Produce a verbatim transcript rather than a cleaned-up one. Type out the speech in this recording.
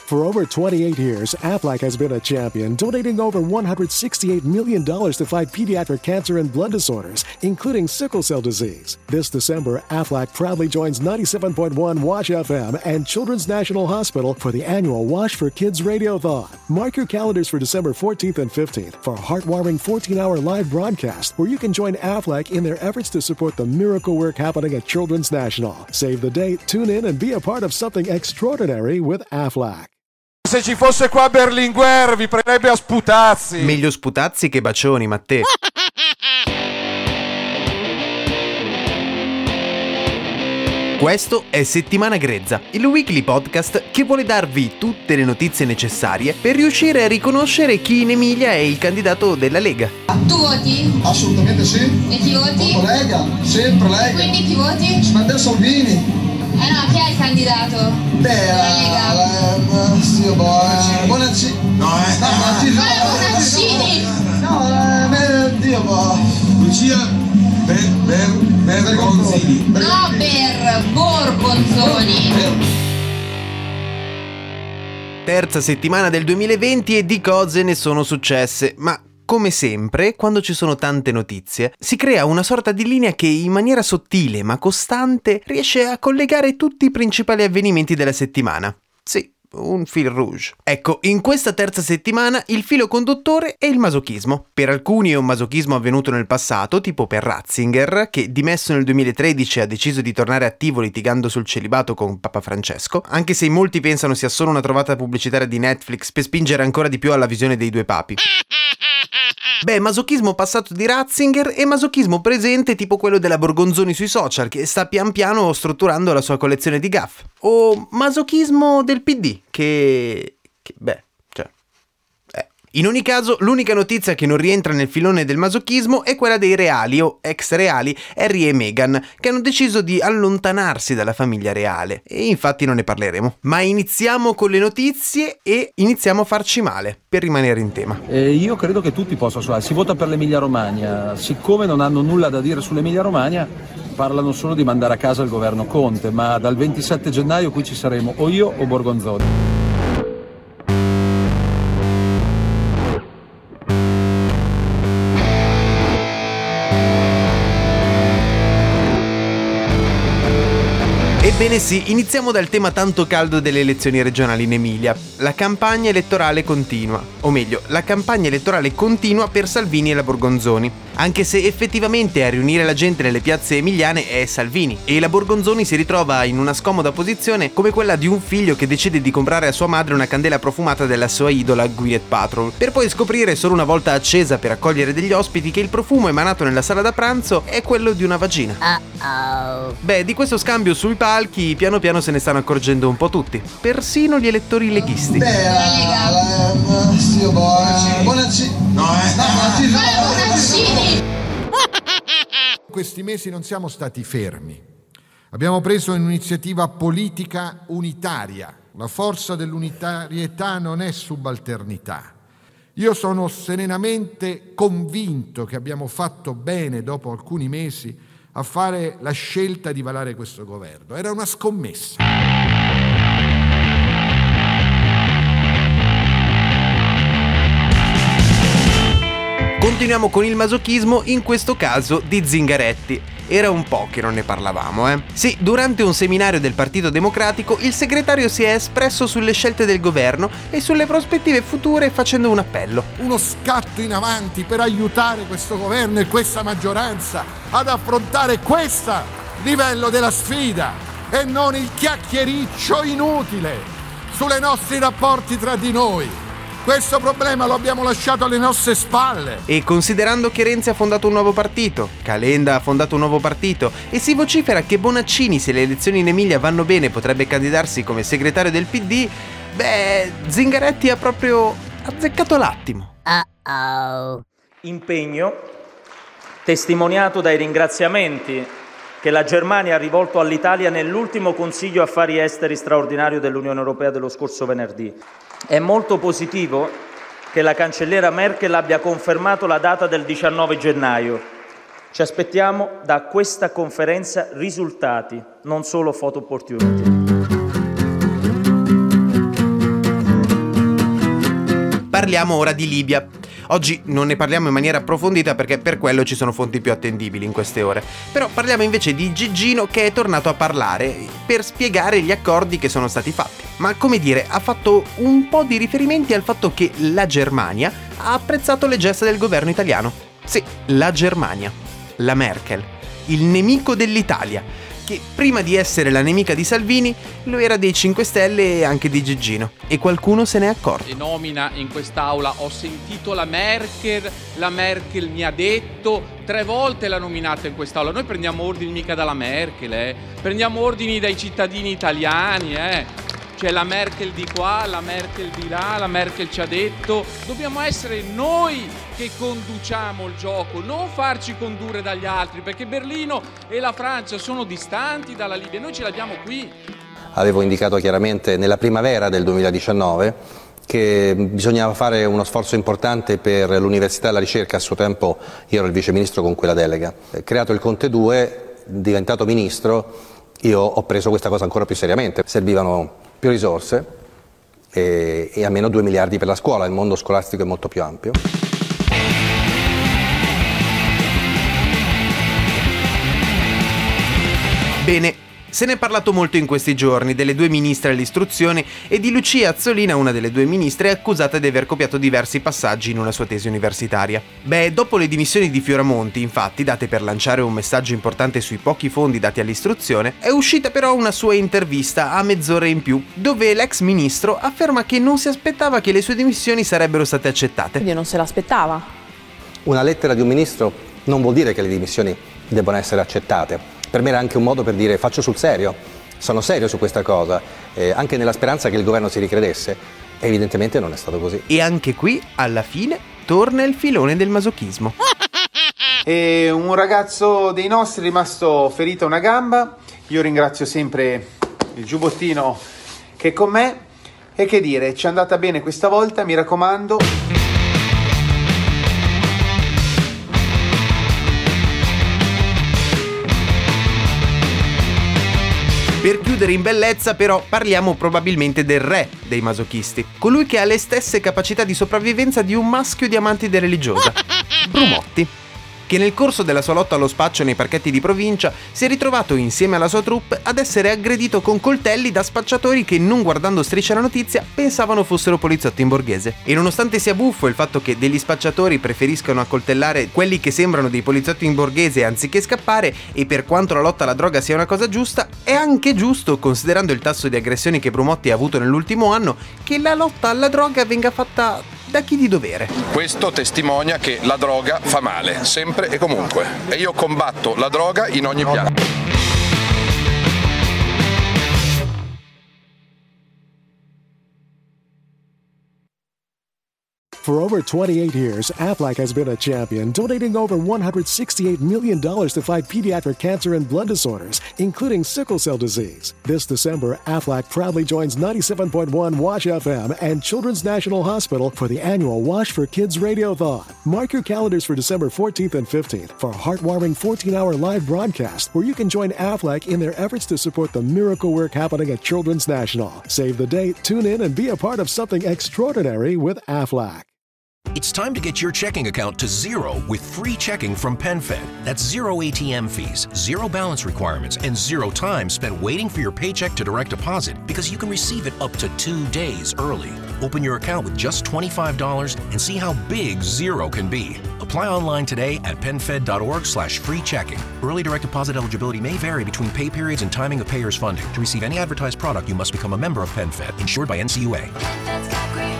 For over twenty-eight years, Aflac has been a champion, donating over one hundred sixty-eight million dollars to fight pediatric cancer and blood disorders, including sickle cell disease. This December, Aflac proudly joins ninety-seven point one Wash F M and Children's National Hospital for the annual Wash for Kids Radiothon. Mark your calendars for December fourteenth and fifteenth for a heartwarming fourteen-hour live broadcast where you can join Aflac in their efforts to support the miracle work happening at Children's National. Save the date, tune in, and be a part of something extraordinary with Aflac. Se ci fosse qua Berlinguer vi prenderebbe a sputazzi. Meglio sputazzi che bacioni, Matteo. Questo è Settimana Grezza, il weekly podcast che vuole darvi tutte le notizie necessarie per riuscire a riconoscere chi in Emilia è il candidato della Lega. Tu voti? Assolutamente sì. E chi voti? Voto Lega, sempre Lega. Quindi chi voti? Matteo Salvini. Eh no, chi è il candidato? Beh, della Lega? Eh, sì, boh, Bonaccini. No, eh. No, Bonaccini. Ma è Bonaccini! No, eh, Dio, boh. Lucia Per, per, Bergonzini. No, per Borbonzoni. Terza settimana del duemilaventi e di cose ne sono successe, ma come sempre, quando ci sono tante notizie, si crea una sorta di linea che in maniera sottile ma costante riesce a collegare tutti i principali avvenimenti della settimana. Sì, un fil rouge. Ecco, in questa terza settimana il filo conduttore è il masochismo. Per alcuni è un masochismo avvenuto nel passato, tipo per Ratzinger, che dimesso nel duemilatredici ha deciso di tornare attivo litigando sul celibato con Papa Francesco, anche se molti pensano sia solo una trovata pubblicitaria di Netflix per spingere ancora di più alla visione dei due papi. Beh, masochismo passato di Ratzinger e masochismo presente tipo quello della Borgonzoni sui social, che sta pian piano strutturando la sua collezione di gaff. O masochismo del P D, che... che beh, cioè... Eh. In ogni caso, l'unica notizia che non rientra nel filone del masochismo è quella dei reali o ex reali Harry e Meghan, che hanno deciso di allontanarsi dalla famiglia reale. E infatti non ne parleremo. Ma iniziamo con le notizie e iniziamo a farci male, per rimanere in tema. Eh, io credo che tutti possano suonare. Si vota per l'Emilia Romagna. Siccome non hanno nulla da dire sull'Emilia Romagna, parlano solo di mandare a casa il governo Conte, ma dal ventisette gennaio qui ci saremo o io o Borgonzoni. Ebbene sì, iniziamo dal tema tanto caldo delle elezioni regionali in Emilia. La campagna elettorale continua, o meglio, la campagna elettorale continua per Salvini e la Borgonzoni, anche se effettivamente a riunire la gente nelle piazze emiliane è Salvini, e la Borgonzoni si ritrova in una scomoda posizione come quella di un figlio che decide di comprare a sua madre una candela profumata della sua idola Gwyneth Paltrow, per poi scoprire solo una volta accesa per accogliere degli ospiti che il profumo emanato nella sala da pranzo è quello di una vagina. Uh-oh. Beh, di questo scambio sui palchi piano piano se ne stanno accorgendo un po' tutti, persino gli elettori leghisti. Beh, eh, sì, boh, Bonaccini. No, eh. No, Bonaccini. Ma è Bonaccini! Questi mesi non siamo stati fermi. Abbiamo preso un'iniziativa politica unitaria. La forza dell'unitarietà non è subalternità. Io sono serenamente convinto che abbiamo fatto bene dopo alcuni mesi a fare la scelta di varare questo governo. Era una scommessa. Continuiamo con il masochismo, in questo caso di Zingaretti. Era un po' che non ne parlavamo, eh? Sì, durante un seminario del Partito Democratico il segretario si è espresso sulle scelte del governo e sulle prospettive future facendo un appello. Uno scatto in avanti per aiutare questo governo e questa maggioranza ad affrontare questo livello della sfida e non il chiacchiericcio inutile sui nostri rapporti tra di noi. Questo problema lo abbiamo lasciato alle nostre spalle. E considerando che Renzi ha fondato un nuovo partito, Calenda ha fondato un nuovo partito e si vocifera che Bonaccini, se le elezioni in Emilia vanno bene, potrebbe candidarsi come segretario del P D, beh, Zingaretti ha proprio azzeccato l'attimo. Uh-oh. Impegno testimoniato dai ringraziamenti che la Germania ha rivolto all'Italia nell'ultimo Consiglio Affari Esteri straordinario dell'Unione Europea dello scorso venerdì. È molto positivo che la cancelliera Merkel abbia confermato la data del diciannove gennaio. Ci aspettiamo da questa conferenza risultati, non solo photo opportunity. parliamo ora di Libia. Oggi non ne parliamo in maniera approfondita perché per quello ci sono fonti più attendibili in queste ore. Però parliamo invece di Giggino, che è tornato a parlare per spiegare gli accordi che sono stati fatti. Ma come dire, ha fatto un po' di riferimenti al fatto che la Germania ha apprezzato le gesta del governo italiano. Sì, la Germania, la Merkel, il nemico dell'Italia, che prima di essere la nemica di Salvini lo era dei cinque Stelle e anche di Giggino, e qualcuno se n'è accorto. E nomina in quest'aula, ho sentito la Merkel, la Merkel mi ha detto, tre volte l'ha nominata in quest'aula. Noi prendiamo ordini mica dalla Merkel, eh. Prendiamo ordini dai cittadini italiani, eh. C'è la Merkel di qua, la Merkel di là, la Merkel ci ha detto. Dobbiamo essere noi che conduciamo il gioco, non farci condurre dagli altri, perché Berlino e la Francia sono distanti dalla Libia, noi ce l'abbiamo qui. Avevo indicato chiaramente nella primavera del duemiladiciannove che bisognava fare uno sforzo importante per l'università e la ricerca. A suo tempo io ero il vice ministro con quella delega. Creato il Conte due, diventato ministro, io ho preso questa cosa ancora più seriamente. Servivano più risorse e, e almeno due miliardi per la scuola. Il mondo scolastico è molto più ampio. Bene, se ne è parlato molto in questi giorni delle due ministre all'istruzione e di Lucia Azzolina, una delle due ministre accusata di aver copiato diversi passaggi in una sua tesi universitaria. Beh, dopo le dimissioni di Fioramonti, infatti, date per lanciare un messaggio importante sui pochi fondi dati all'istruzione, è uscita però una sua intervista a mezz'ora in più, dove l'ex ministro afferma che non si aspettava che le sue dimissioni sarebbero state accettate. Quindi non se l'aspettava? Una lettera di un ministro non vuol dire che le dimissioni debbano essere accettate. Per me era anche un modo per dire faccio sul serio, sono serio su questa cosa, eh, anche nella speranza che il governo si ricredesse. Evidentemente non è stato così. E anche qui, alla fine, torna il filone del masochismo. E un ragazzo dei nostri è rimasto ferito a una gamba. Io ringrazio sempre il giubbottino che è con me. E che dire, ci è andata bene questa volta, mi raccomando. Per chiudere in bellezza, però, parliamo probabilmente del re dei masochisti, colui che ha le stesse capacità di sopravvivenza di un maschio diamantide religiosa, Brumotti, che nel corso della sua lotta allo spaccio nei parchetti di provincia si è ritrovato insieme alla sua troupe ad essere aggredito con coltelli da spacciatori che, non guardando Striscia la Notizia, pensavano fossero poliziotti in borghese. E nonostante sia buffo il fatto che degli spacciatori preferiscano accoltellare quelli che sembrano dei poliziotti in borghese anziché scappare, e per quanto la lotta alla droga sia una cosa giusta, è anche giusto, considerando il tasso di aggressioni che Brumotti ha avuto nell'ultimo anno, che la lotta alla droga venga fatta da chi di dovere. Questo testimonia che la droga fa male, sempre e comunque. E io combatto la droga in ogni piano. For over twenty-eight years, Aflac has been a champion, donating over one hundred sixty-eight million dollars to fight pediatric cancer and blood disorders, including sickle cell disease. This December, Aflac proudly joins ninety-seven point one Wash F M and Children's National Hospital for the annual Wash for Kids Radiothon. Mark your calendars for December fourteenth and fifteenth for a heartwarming fourteen-hour live broadcast where you can join Aflac in their efforts to support the miracle work happening at Children's National. Save the date, tune in, and be a part of something extraordinary with Aflac. It's time to get your checking account to zero with free checking from PenFed. That's zero A T M fees, zero balance requirements, and zero time spent waiting for your paycheck to direct deposit because you can receive it up to two days early. Open your account with just twenty-five dollars and see how big zero can be. Apply online today at penfed.org slash free checking. Early direct deposit eligibility may vary between pay periods and timing of payer's funding. To receive any advertised product, you must become a member of PenFed, insured by N C U A.